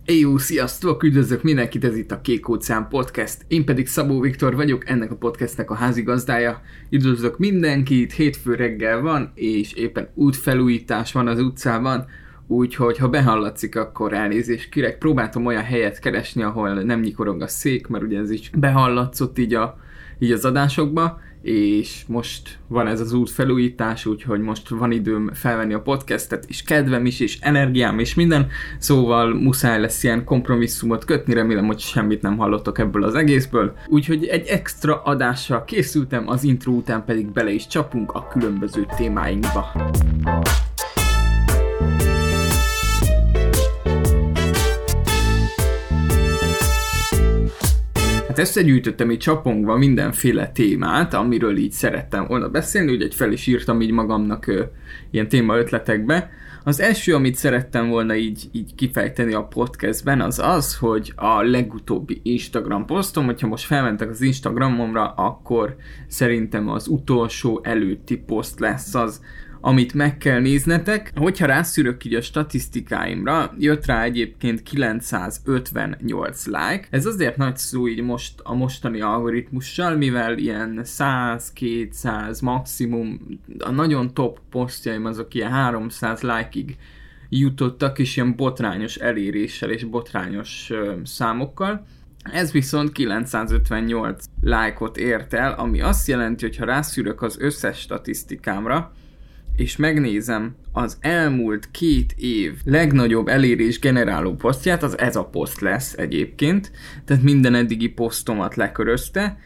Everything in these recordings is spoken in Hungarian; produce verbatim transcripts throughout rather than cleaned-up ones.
Éjjó, sziasztok! Üdvözlök mindenkit, ez itt a Kék Óceán Podcast. Én pedig Szabó Viktor vagyok, ennek a podcastnek a házigazdája. Üdvözlök mindenkit, hétfő reggel van, és éppen útfelújítás van az utcában, úgyhogy ha behallatszik, akkor elnézést kérek. Próbáltam olyan helyet keresni, ahol nem nyikorog a szék, mert ugye ez is behallatszott így, a, így az adásokba, és most van ez az útfelújítás, úgyhogy most van időm felvenni a podcastet, és kedvem is, és energiám, és minden, szóval muszáj lesz ilyen kompromisszumot kötni, remélem, hogy semmit nem hallottok ebből az egészből, úgyhogy egy extra adással készültem, az intro után pedig bele is csapunk a különböző témáinkba. Összegyűjtöttem így csapongva mindenféle témát, amiről így szerettem volna beszélni, úgyhogy fel is írtam így magamnak ö, ilyen témaötletekbe. Az első, amit szerettem volna így, így kifejteni a podcastben, az az, hogy a legutóbbi Instagram posztom, hogyha most felmentek az Instagramomra, akkor szerintem az utolsó előtti poszt lesz az, amit meg kell néznetek. Hogyha rászűrök így a statisztikáimra, jött rá egyébként kilencszázötvennyolc like. Ez azért nagy szó így most a mostani algoritmussal, mivel ilyen száz-kétszáz maximum, a nagyon top posztjaim azok ilyen háromszáz like-ig jutottak, és ilyen botrányos eléréssel és botrányos ö, számokkal. Ez viszont kilencszázötvennyolc like-ot ért el, ami azt jelenti, hogy ha rászűrök az összes statisztikámra, és megnézem az elmúlt két év legnagyobb elérés generáló posztját, az ez a poszt lesz egyébként, tehát minden eddigi posztomat lekörözte,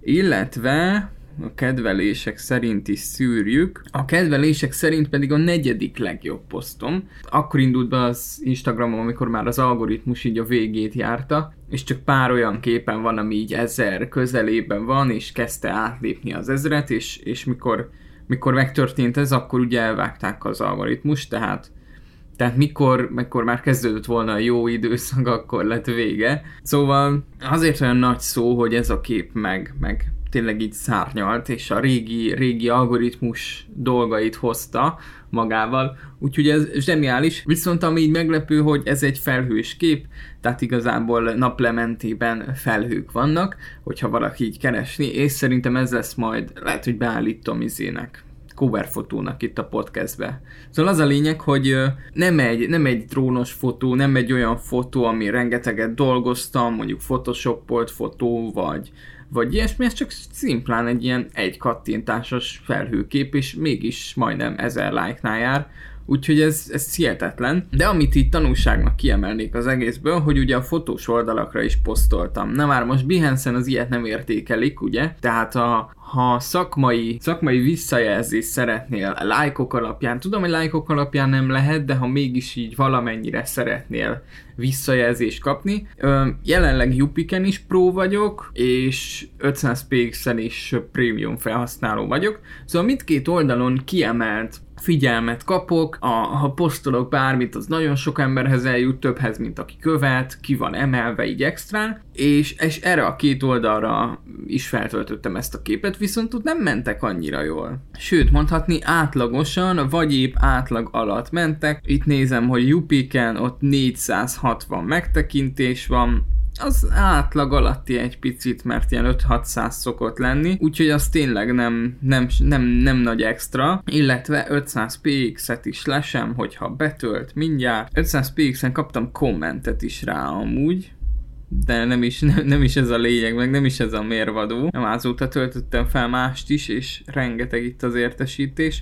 illetve a kedvelések szerint is szűrjük, a kedvelések szerint pedig a negyedik legjobb posztom. Akkor indult be az Instagramon, amikor már az algoritmus így a végét járta, és csak pár olyan képen van, ami így ezer közelében van, és kezdte átlépni az ezret, és, és mikor Mikor megtörtént ez, akkor ugye elvágták az algoritmus, tehát, tehát mikor, mikor már kezdődött volna a jó időszak, akkor lett vége. Szóval azért olyan nagy szó, hogy ez a kép meg, meg tényleg így szárnyalt, és a régi, régi algoritmus dolgait hozta magával, úgyhogy ez zseniális. Viszont ami így meglepő, hogy ez egy felhős kép, tehát igazából naplementében felhők vannak, hogyha valaki így keresni, és szerintem ez lesz majd, lehet, hogy beállítom izének, cover fotónak itt a podcastbe. Szóval az a lényeg, hogy nem egy, nem egy drónos fotó, nem egy olyan fotó, ami rengeteget dolgoztam, mondjuk photoshopolt fotó, vagy vagy ilyesmi, ez csak szimplán egy ilyen egy kattintásos felhőkép, és mégis majdnem ezer like-nál jár, úgyhogy ez, ez hihetetlen. De amit itt tanulságnak kiemelnék az egészből, hogy ugye a fotós oldalakra is posztoltam. Na már most Behance-en az ilyet nem értékelik, ugye? Tehát a, ha szakmai, szakmai visszajelzést szeretnél lájkok alapján, tudom, hogy lájkok alapján nem lehet, de ha mégis így valamennyire szeretnél visszajelzést kapni. Ö, jelenleg Yupiken is Pro vagyok, és ötszáz pé iksz-en is Premium felhasználó vagyok. Szóval mindkét oldalon kiemelt figyelmet kapok, a, ha posztolok bármit, az nagyon sok emberhez eljut, többhez, mint aki követ, ki van emelve így extrán, és, és erre a két oldalra is feltöltöttem ezt a képet, viszont ott nem mentek annyira jól. Sőt, mondhatni átlagosan, vagy épp átlag alatt mentek. Itt nézem, hogy Yupiken ott négyszázhatvan megtekintés van, az átlag alatti egy picit, mert ilyen öt-hatszáz szokott lenni, úgyhogy az tényleg nem, nem, nem, nem nagy extra, illetve ötszáz pé iksz-et is lesem, hogyha betölt mindjárt. ötszáz pé iksz-en kaptam kommentet is rá amúgy, de nem is, nem, nem is ez a lényeg, meg nem is ez a mérvadó. Nem, azóta töltöttem fel mást is, és rengeteg itt az értesítés.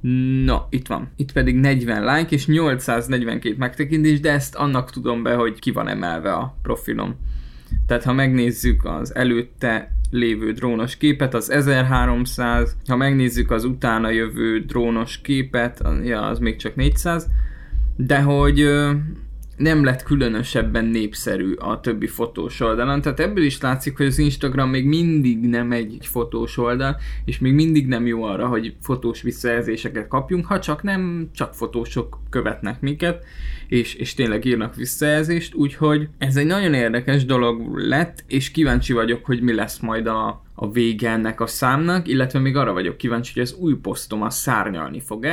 No, itt van. Itt pedig negyven like és nyolcszáznegyvenkét megtekintés, de ezt annak tudom be, hogy ki van emelve a profilom. Tehát ha megnézzük az előtte lévő drónos képet, az ezerháromszáz, ha megnézzük az utána jövő drónos képet, az, ja, az még csak négyszáz, de hogy ö, nem lett különösebben népszerű a többi fotós oldalon, tehát ebből is látszik, hogy az Instagram még mindig nem egy fotós oldal, és még mindig nem jó arra, hogy fotós visszajelzéseket kapjunk, ha csak nem csak fotósok követnek minket, és, és tényleg írnak visszajelzést, úgyhogy ez egy nagyon érdekes dolog lett, és kíváncsi vagyok, hogy mi lesz majd a, a vége ennek a számnak, illetve még arra vagyok kíváncsi, hogy az új posztom az szárnyalni fog-e,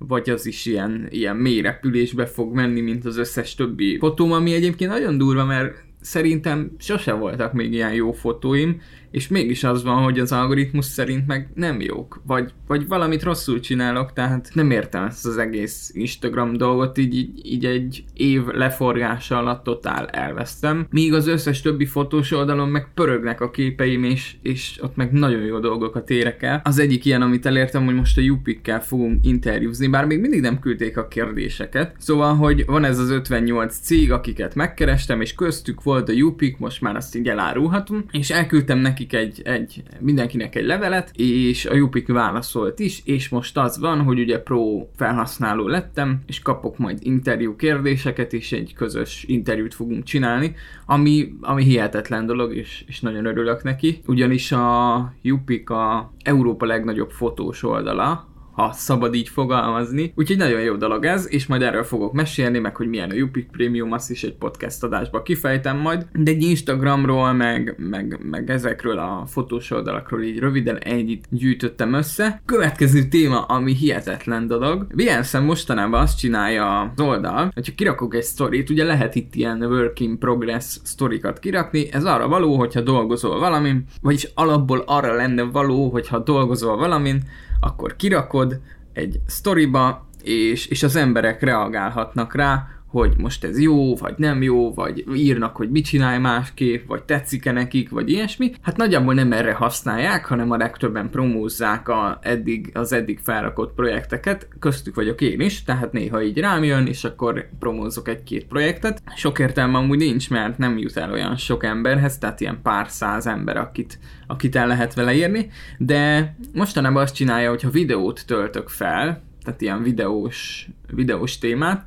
vagy az is ilyen, ilyen mély repülésbe fog menni, mint az összes többi fotóm, ami egyébként nagyon durva, mert szerintem sose voltak még ilyen jó fotóim, és mégis az van, hogy az algoritmus szerint meg nem jók, vagy, vagy valamit rosszul csinálok, tehát nem értem ezt az egész Instagram dolgot, így, így, így egy év leforgása alatt totál elvesztem, míg az összes többi fotós oldalon meg pörögnek a képeim, és, és ott meg nagyon jó dolgokat érek el. Az egyik ilyen, amit elértem, hogy most a Jupikkel fogunk interjúzni, bár még mindig nem küldték a kérdéseket, szóval, hogy van ez az ötvennyolc cég, akiket megkerestem, és köztük volt a Jupik, most már azt így elárulhatom, és elküldtem neki Egy, egy, mindenkinek egy levelet, és a Jupik válaszolt is, és most az van, hogy ugye pro felhasználó lettem, és kapok majd interjú kérdéseket, és egy közös interjút fogunk csinálni, ami, ami hihetetlen dolog, és, és nagyon örülök neki, ugyanis a Jupik a Európa legnagyobb fotós oldala, ha szabad így fogalmazni. Úgyhogy nagyon jó dolog ez, és majd erről fogok mesélni, meg hogy milyen a Jupik Premium, azt is egy podcast adásba kifejtem majd. De egy Instagramról, meg, meg, meg ezekről a fotós oldalakról így röviden ennyit gyűjtöttem össze. Következő téma, ami hihetetlen dolog. Behance mostanában azt csinálja az oldal, hogyha kirakok egy sztorit, ugye lehet itt ilyen work in progress sztorikat kirakni, ez arra való, hogyha dolgozol valamin, vagyis alapból arra lenne való, hogyha dolgozol valamin, akkor kirakod egy sztoriba, és, és az emberek reagálhatnak rá, hogy most ez jó, vagy nem jó, vagy írnak, hogy mit csinálj másképp, vagy tetszik-e nekik, vagy ilyesmi. Hát nagyjából nem erre használják, hanem a legtöbben promózzák a eddig, az eddig felrakott projekteket, köztük vagyok én is, tehát néha így rám jön, és akkor promózok egy-két projektet. Sok értelme amúgy nincs, mert nem jut el olyan sok emberhez, tehát ilyen pár száz ember, akit, akit el lehet vele írni, de mostanában azt csinálja, hogyha videót töltök fel, tehát ilyen videós, videós témát,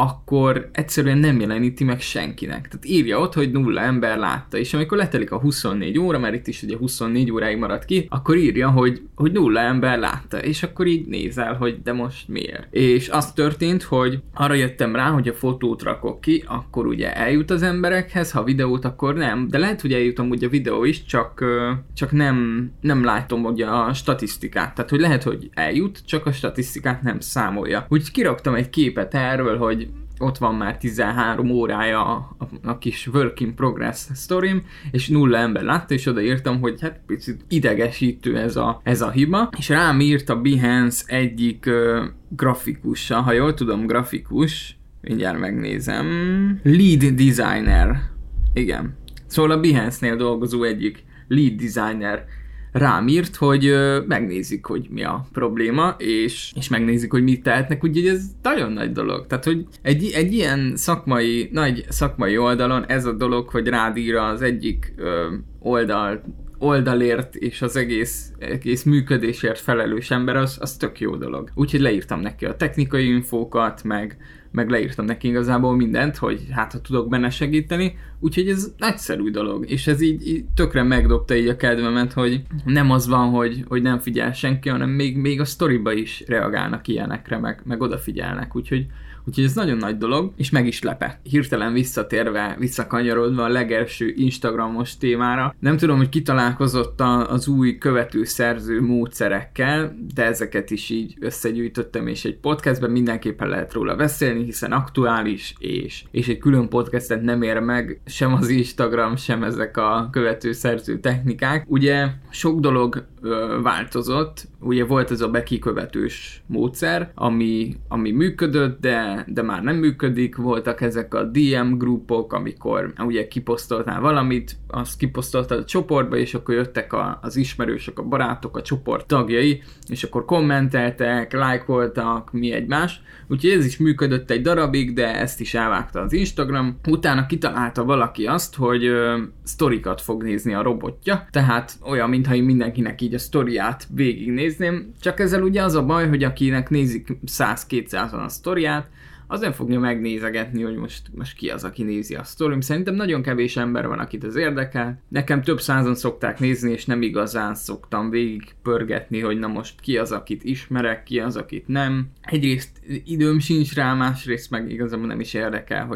akkor egyszerűen nem jeleníti meg senkinek. Tehát írja ott, hogy nulla ember látta, és amikor letelik a huszonnégy óra, mert itt is ugye huszonnégy óráig marad ki, akkor írja, hogy, hogy nulla ember látta, és akkor így nézel, hogy de most miért. És az történt, hogy arra jöttem rá, hogy a fotót rakok ki, akkor ugye eljut az emberekhez, ha videót, akkor nem, de lehet, hogy eljutom ugye a videó is, csak, csak nem, nem látom ugye a statisztikát. Tehát, hogy lehet, hogy eljut, csak a statisztikát nem számolja. Úgy kiraktam egy képet erről, hogy ott van már tizenhárom órája a, a, a kis work in progress sztorim, és nulla ember látta, és odaírtam, hogy hát picit idegesítő ez a, ez a hiba, és rám írt a Behance egyik uh, grafikusa, ha jól tudom, grafikus, mindjárt megnézem, lead designer, igen. Szóval a Behance-nél dolgozó egyik lead designer rám írt, hogy ö, megnézik, hogy mi a probléma, és, és megnézik, hogy mit tehetnek, úgyhogy ez nagyon nagy dolog. Tehát, hogy egy, egy ilyen szakmai, nagy szakmai oldalon ez a dolog, hogy rád ír az egyik ö, oldal, oldalért és az egész, egész működésért felelős ember, az, az tök jó dolog. Úgyhogy leírtam neki a technikai infókat, meg, meg leírtam neki igazából mindent, hogy hát ha tudok benne segíteni, úgyhogy ez nagyszerű dolog, és ez így, így tökre megdobta így a kedvemet, hogy nem az van, hogy, hogy nem figyel senki, hanem még, még a sztoriba is reagálnak ilyenekre, meg, meg odafigyelnek, úgyhogy Úgyhogy ez nagyon nagy dolog, és meg is lepett. Hirtelen visszatérve, visszakanyarodva a legelső Instagramos témára. Nem tudom, hogy ki találkozott az új követőszerző módszerekkel, de ezeket is így összegyűjtöttem, és egy podcastben mindenképpen lehet róla beszélni, hiszen aktuális, és, és egy külön podcastet nem ér meg sem az Instagram, sem ezek a követőszerző technikák. Ugye sok dolog ö, változott, ugye volt ez a bekikövetős módszer, ami, ami működött, de, de már nem működik, voltak ezek a dé em grupok, amikor ugye kiposztoltál valamit, azt kiposztoltad a csoportba, és akkor jöttek a, az ismerősök, a barátok, a csoport tagjai, és akkor kommenteltek, lájkoltak, mi egymás, úgyhogy ez is működött egy darabig, de ezt is elvágta az Instagram. Utána kitalálta valaki azt, hogy ö, sztorikat fog nézni a robotja, tehát olyan, mintha én mindenkinek így a sztoriát végignézném, csak ezzel ugye az a baj, hogy akinek nézik száz-kétszázan a sztoriát, az nem fogja megnézegetni, hogy most, most ki az, aki nézi a sztorim. Szerintem nagyon kevés ember van, akit ez érdekel. Nekem több százan szokták nézni, és nem igazán szoktam végig pörgetni, hogy na most ki az, akit ismerek, ki az, akit nem. Egyrészt időm sincs rá, másrészt meg igazából nem is érdekel, hogy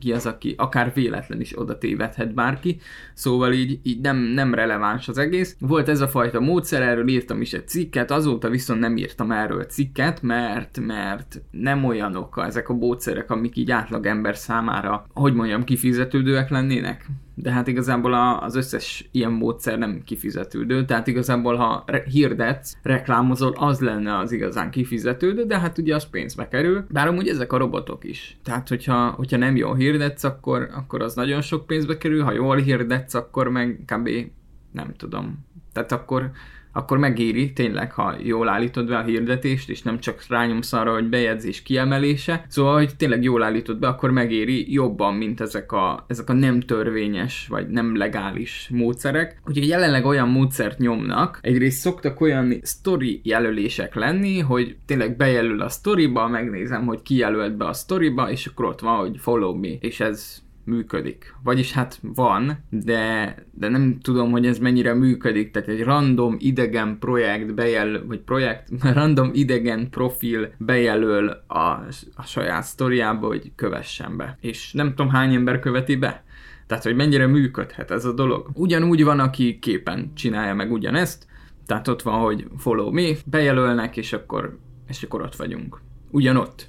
ki az, aki akár véletlen is oda tévedhet bárki, szóval így, így nem, nem releváns az egész. Volt ez a fajta módszer, erről írtam is egy cikket, azóta viszont nem írtam erről cikket, mert, mert nem olyanok ezek a módszerek, amik így átlag ember számára, hogy mondjam, kifizetődőek lennének. De hát igazából az összes ilyen módszer nem kifizetődő, tehát igazából ha re- hirdetsz, reklámozol, az lenne az igazán kifizetődő, de hát ugye az pénzbe kerül, bár amúgy ezek a robotok is. Tehát hogyha, hogyha nem jól hirdetsz, akkor, akkor az nagyon sok pénzbe kerül, ha jól hirdetsz, akkor meg kb. Nem tudom. Tehát akkor akkor megéri tényleg, ha jól állítod be a hirdetést, és nem csak rányomsz arra, hogy bejegyzés kiemelése. Szóval, hogy tényleg jól állítod be, akkor megéri jobban, mint ezek a, ezek a nem törvényes, vagy nem legális módszerek. Úgyhogy jelenleg olyan módszert nyomnak, egyrészt szoktak olyan story jelölések lenni, hogy tényleg bejelöl a storyba, megnézem, hogy ki jelölt be a storyba, és akkor ott van, hogy follow me, és ez működik. Vagyis hát van, de, de nem tudom, hogy ez mennyire működik. Tehát egy random idegen projekt bejelöl, vagy projekt, random idegen profil bejelöl a, a saját sztoriába, hogy kövessen be. És nem tudom, hány ember követi be. Tehát, hogy mennyire működhet ez a dolog. Ugyanúgy van, aki képen csinálja meg ugyanezt, tehát ott van, hogy follow me, bejelölnek, és akkor, és akkor ott vagyunk. Ugyanott.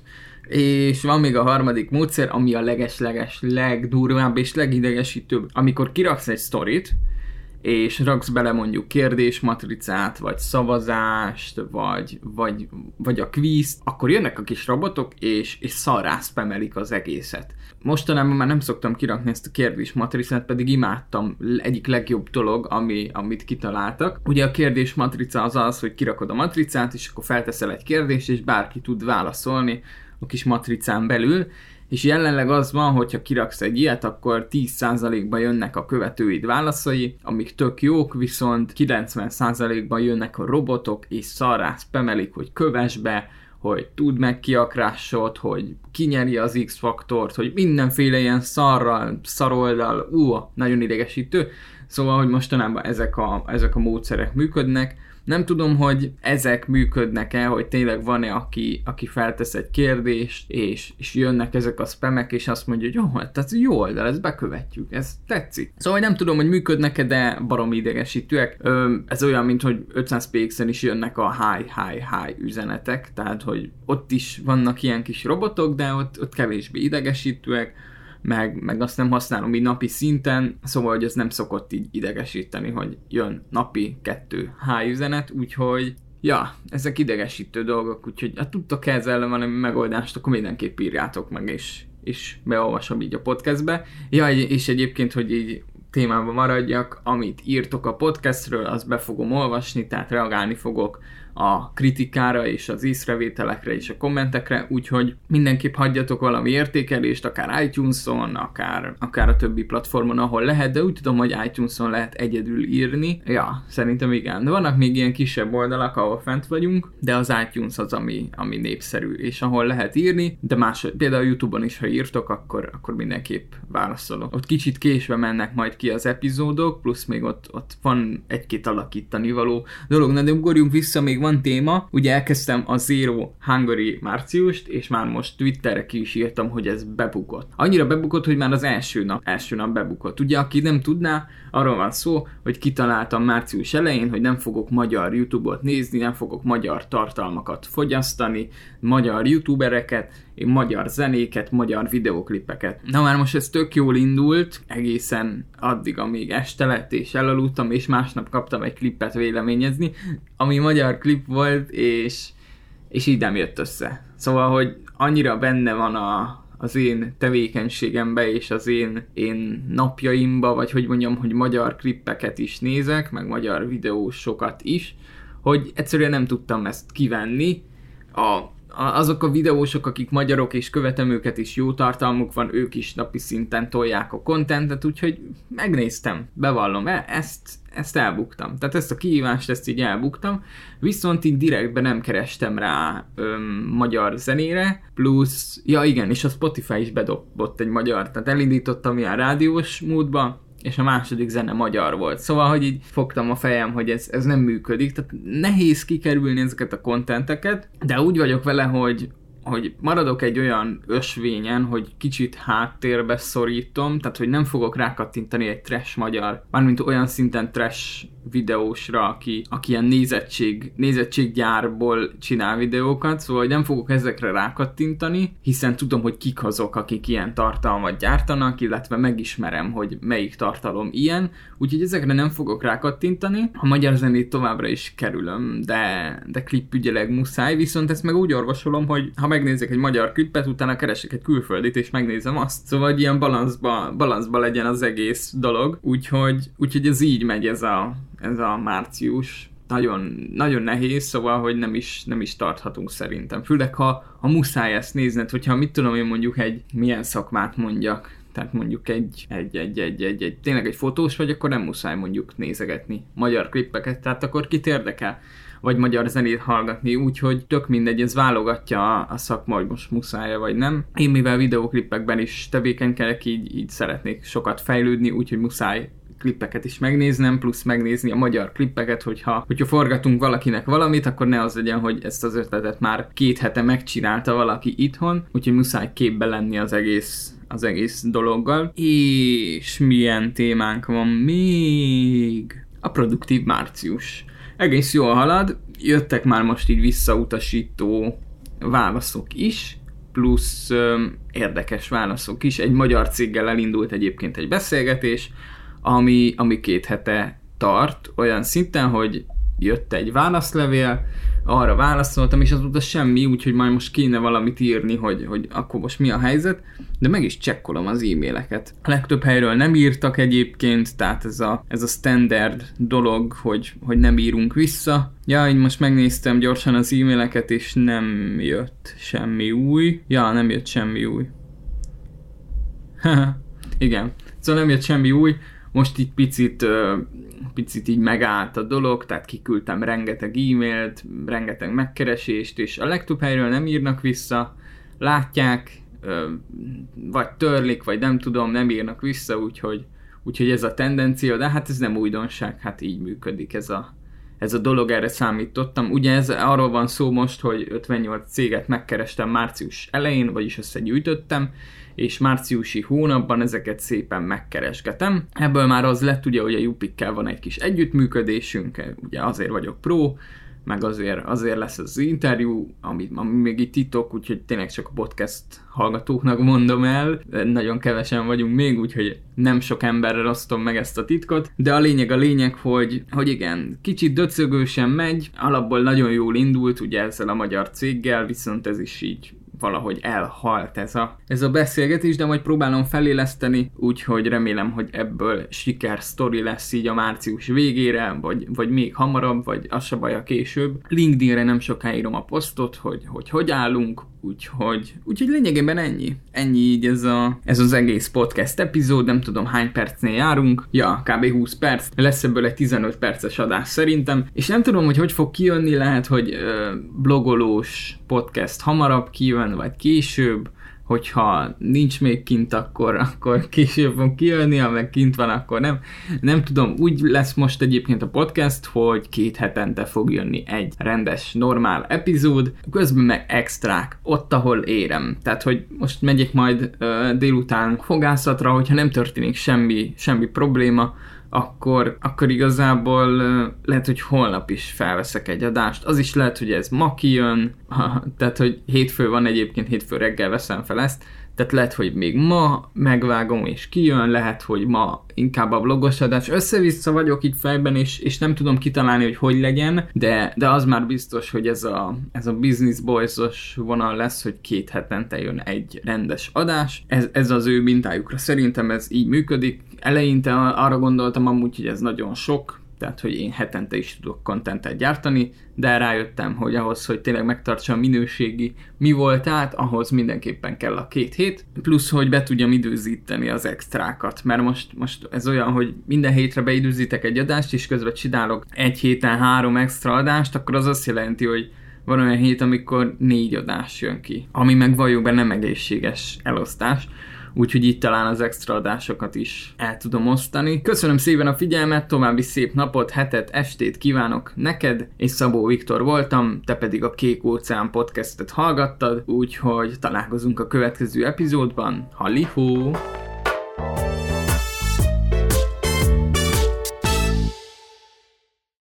És van még a harmadik módszer, ami a leges-leges legdurvább és legidegesítőbb. Amikor kiraksz egy sztorit, és raksz bele mondjuk kérdésmatricát, vagy szavazást, vagy, vagy, vagy a kvízt, akkor jönnek a kis robotok, és, és szarrá spamelik az egészet. Mostanában már nem szoktam kirakni ezt a kérdésmatricát, pedig imádtam, egyik legjobb dolog, ami, amit kitaláltak. Ugye a kérdésmatrica az az, hogy kirakod a matricát, és akkor felteszel egy kérdést, és bárki tud válaszolni a kis matricán belül, és jelenleg az van, hogyha kiraksz egy ilyet, akkor tíz százalékban jönnek a követőid válaszai, amik tök jók, viszont kilencven százalékban jönnek a robotok, és szarrá spamelik, hogy kövess be, hogy tudd meg ki a crushot, hogy kinyeri az X-faktort, hogy mindenféle ilyen szarral, szaroldal, ú, nagyon idegesítő. Szóval, hogy mostanában ezek a, ezek a módszerek működnek. Nem tudom, hogy ezek működnek-e, hogy tényleg van-e, aki, aki feltesz egy kérdést, és, és jönnek ezek a spamek, és azt mondja, hogy jó, hát ez jó, de ezt bekövetjük, ez tetszik. Szóval nem tudom, hogy működnek-e, de baromi idegesítőek. Ö, ez olyan, mint hogy ötszáz pé iksz-en is jönnek a hi, hi, hi üzenetek, tehát hogy ott is vannak ilyen kis robotok, de ott, ott kevésbé idegesítőek, Meg, meg azt nem használom így napi szinten, szóval, hogy ez nem szokott így idegesíteni, hogy jön napi kettő hi üzenet, úgyhogy ja, ezek idegesítő dolgok, úgyhogy ha tudtok ezzel valami megoldást, akkor mindenképp írjátok meg, és, és beolvasom így a podcastbe. Ja, és egyébként, hogy így témában maradjak, amit írtok a podcastről, azt be fogom olvasni, tehát reagálni fogok a kritikára és az észrevételekre és a kommentekre, úgyhogy mindenképp hagyjatok valami értékelést, akár iTunes-on, akár, akár a többi platformon, ahol lehet, de úgy tudom, hogy iTunes-on lehet egyedül írni. Ja, szerintem igen. De vannak még ilyen kisebb oldalak, ahol fent vagyunk, de az iTunes az, ami, ami népszerű, és ahol lehet írni, de más, például a YouTube-on is, ha írtok, akkor, akkor mindenképp válaszolok. Ott kicsit késve mennek majd ki az epizódok, plusz még ott, ott van egy-két alakítani való dolog, na de ugorjunk vissza, még van téma, ugye elkezdtem a Zero Hungary márciust, és már most Twitterre ki is írtam, hogy ez bebukott. Annyira bebukott, hogy már az első nap, első nap bebukott. Ugye, aki nem tudná, arról van szó, hogy kitaláltam március elején, hogy nem fogok magyar YouTube-ot nézni, nem fogok magyar tartalmakat fogyasztani, magyar youtubereket, magyar zenéket, magyar videóklipeket. Na már most ez tök jól indult, egészen addig, amíg este lett, és elaludtam, és másnap kaptam egy klippet véleményezni, ami magyar klip volt, és, és így nem jött össze. Szóval, hogy annyira benne van a, az én tevékenységembe, és az én, én napjaimba, vagy hogy mondjam, hogy magyar klippeket is nézek, meg magyar videósokat is, hogy egyszerűen nem tudtam ezt kivenni. A azok a videósok, akik magyarok és követem őket is, jó tartalmuk van, ők is napi szinten tolják a kontentet, úgyhogy megnéztem, bevallom, ezt, ezt elbuktam. Tehát ezt a kihívást, ezt így elbuktam, viszont így direktben nem kerestem rá öm, magyar zenére, plusz, ja igen, és a Spotify is bedobott egy magyar, tehát elindítottam ilyen rádiós módba, és a második zene magyar volt. Szóval, hogy így fogtam a fejem, hogy ez, ez nem működik, tehát nehéz kikerülni ezeket a kontenteket, de úgy vagyok vele, hogy hogy maradok egy olyan ösvényen, hogy kicsit háttérbe szorítom, tehát hogy nem fogok rákattintani egy trash magyar, mármint olyan szinten trash videósra, aki, aki ilyen nézettség, nézettséggyárból csinál videókat, szóval hogy nem fogok ezekre rákattintani, hiszen tudom, hogy kik azok, akik ilyen tartalmat gyártanak, illetve megismerem, hogy melyik tartalom ilyen, úgyhogy ezekre nem fogok rákattintani. A magyar zenét továbbra is kerülöm, de, de klippügyileg muszáj, viszont ezt meg úgy orvosolom, hogy ha megnézek egy magyar klippet, utána keresek egy külföldit, és megnézem azt. Szóval hogy ilyen balanszba, balanszba legyen az egész dolog, úgyhogy, úgyhogy ez így megy ez a, ez a március. Nagyon, nagyon nehéz, szóval, hogy nem is, nem is tarthatunk szerintem. Főleg, ha, ha muszáj ezt nézned, hogyha mit tudom én mondjuk egy milyen szakmát mondjak, tehát mondjuk egy, egy, egy, egy, egy, egy, tényleg egy fotós vagy, akkor nem muszáj mondjuk nézegetni magyar klippeket, tehát akkor kit érdekel, vagy magyar zenét hallgatni, úgyhogy tök mindegy, ez válogatja a, a szakma, hogy most muszáj vagy nem. Én mivel videóklippekben is tevékenykedek, így, így szeretnék sokat fejlődni, úgyhogy muszáj klippeket is megnéznem, plusz megnézni a magyar klippeket, hogyha, hogyha forgatunk valakinek valamit, akkor ne az legyen, hogy ezt az ötletet már két hete megcsinálta valaki itthon, úgyhogy muszáj képbe lenni az egész, az egész dologgal. És milyen témánk van még? A produktív március. Egész jól halad, jöttek már most így visszautasító válaszok is, plusz ö, érdekes válaszok is. Egy magyar céggel elindult egyébként egy beszélgetés, ami, ami két hete tart, olyan szinten, hogy jött egy válaszlevél, arra válaszoltam, és azóta semmi, úgyhogy majd most kéne valamit írni, hogy, hogy akkor most mi a helyzet, de meg is csekkolom az e-maileket. A legtöbb helyről nem írtak egyébként, tehát ez a, ez a standard dolog, hogy, hogy nem írunk vissza. Ja, így most megnéztem gyorsan az e-maileket, és nem jött semmi új. Ja, nem jött semmi új. Igen, szóval nem jött semmi új. Most itt picit, picit így megállt a dolog, tehát kiküldtem rengeteg e-mailt, rengeteg megkeresést, és a legtöbb helyről nem írnak vissza, látják, vagy törlik, vagy nem tudom, nem írnak vissza, úgyhogy, úgyhogy ez a tendencia, de hát ez nem újdonság, hát így működik ez a, ez a dolog, erre számítottam. Ugye ez arról van szó most, hogy ötvennyolc céget megkerestem március elején, vagyis összegyűjtöttem, és márciusi hónapban ezeket szépen megkeresgetem. Ebből már az lett ugye, hogy a Jupikkel van egy kis együttműködésünk, ugye azért vagyok pro, meg azért, azért lesz az interjú, ami, ami még itt titok, úgyhogy tényleg csak a podcast hallgatóknak mondom el, nagyon kevesen vagyunk még, úgyhogy nem sok emberrel osztom meg ezt a titkot, de a lényeg a lényeg, hogy, hogy igen, kicsit döcögősen megy, alapból nagyon jól indult ugye ezzel a magyar céggel, viszont ez is így valahogy elhalt ez a, ez a beszélgetés, de majd próbálom feléleszteni, úgyhogy remélem, hogy ebből sikersztori lesz így a március végére, vagy, vagy még hamarabb, vagy az se baj, a később. LinkedInre nem soká írom a posztot, hogy hogy, hogy állunk, úgyhogy, úgyhogy lényegében ennyi. Ennyi így ez, a, ez az egész podcast epizód, nem tudom hány percnél járunk, ja, kb. húsz perc, lesz ebből egy tizenöt perces adás szerintem, és nem tudom, hogy hogy fog kijönni, lehet, hogy ö, blogolós podcast hamarabb kijön, vagy később, hogyha nincs még kint, akkor, akkor később fog kijönni, ha meg kint van, akkor nem. Nem tudom, úgy lesz most egyébként a podcast, hogy két hetente fog jönni egy rendes, normál epizód, közben meg extrák, ott, ahol érem. Tehát, hogy most megyek majd uh, délután fogászatra, hogyha nem történik semmi, semmi probléma, akkor, akkor igazából uh, lehet, hogy holnap is felveszek egy adást. Az is lehet, hogy ez ma kijön, tehát, hogy hétfő van egyébként, hétfő reggel veszem fel ezt, tehát lehet, hogy még ma megvágom és kijön, lehet, hogy ma inkább a vlogos adás. Össze-vissza vagyok itt fejben, és, és nem tudom kitalálni, hogy hogy legyen, de, de az már biztos, hogy ez a, ez a Business Boys-os vonal lesz, hogy két hetente jön egy rendes adás. Ez, ez az ő mintájukra. Szerintem ez így működik. Eleinte arra gondoltam amúgy, hogy ez nagyon sok, tehát, hogy én hetente is tudok kontentet gyártani, de rájöttem, hogy ahhoz, hogy tényleg megtartsa a minőségi mi voltát, ahhoz mindenképpen kell a két hét, plusz, hogy be tudjam időzíteni az extrákat, mert most, most ez olyan, hogy minden hétre beidőzítek egy adást, és közben csinálok egy héten három extra adást, akkor az azt jelenti, hogy van olyan hét, amikor négy adás jön ki, ami meg valljuk be nem egészséges elosztás. úgyhogy itt talán az extra adásokat is el tudom osztani. Köszönöm szépen a figyelmet, további szép napot, hetet, estét kívánok neked, és Szabó Viktor voltam, te pedig a Kék Óceán podcastet hallgattad, úgyhogy találkozunk a következő epizódban. Halli-hó!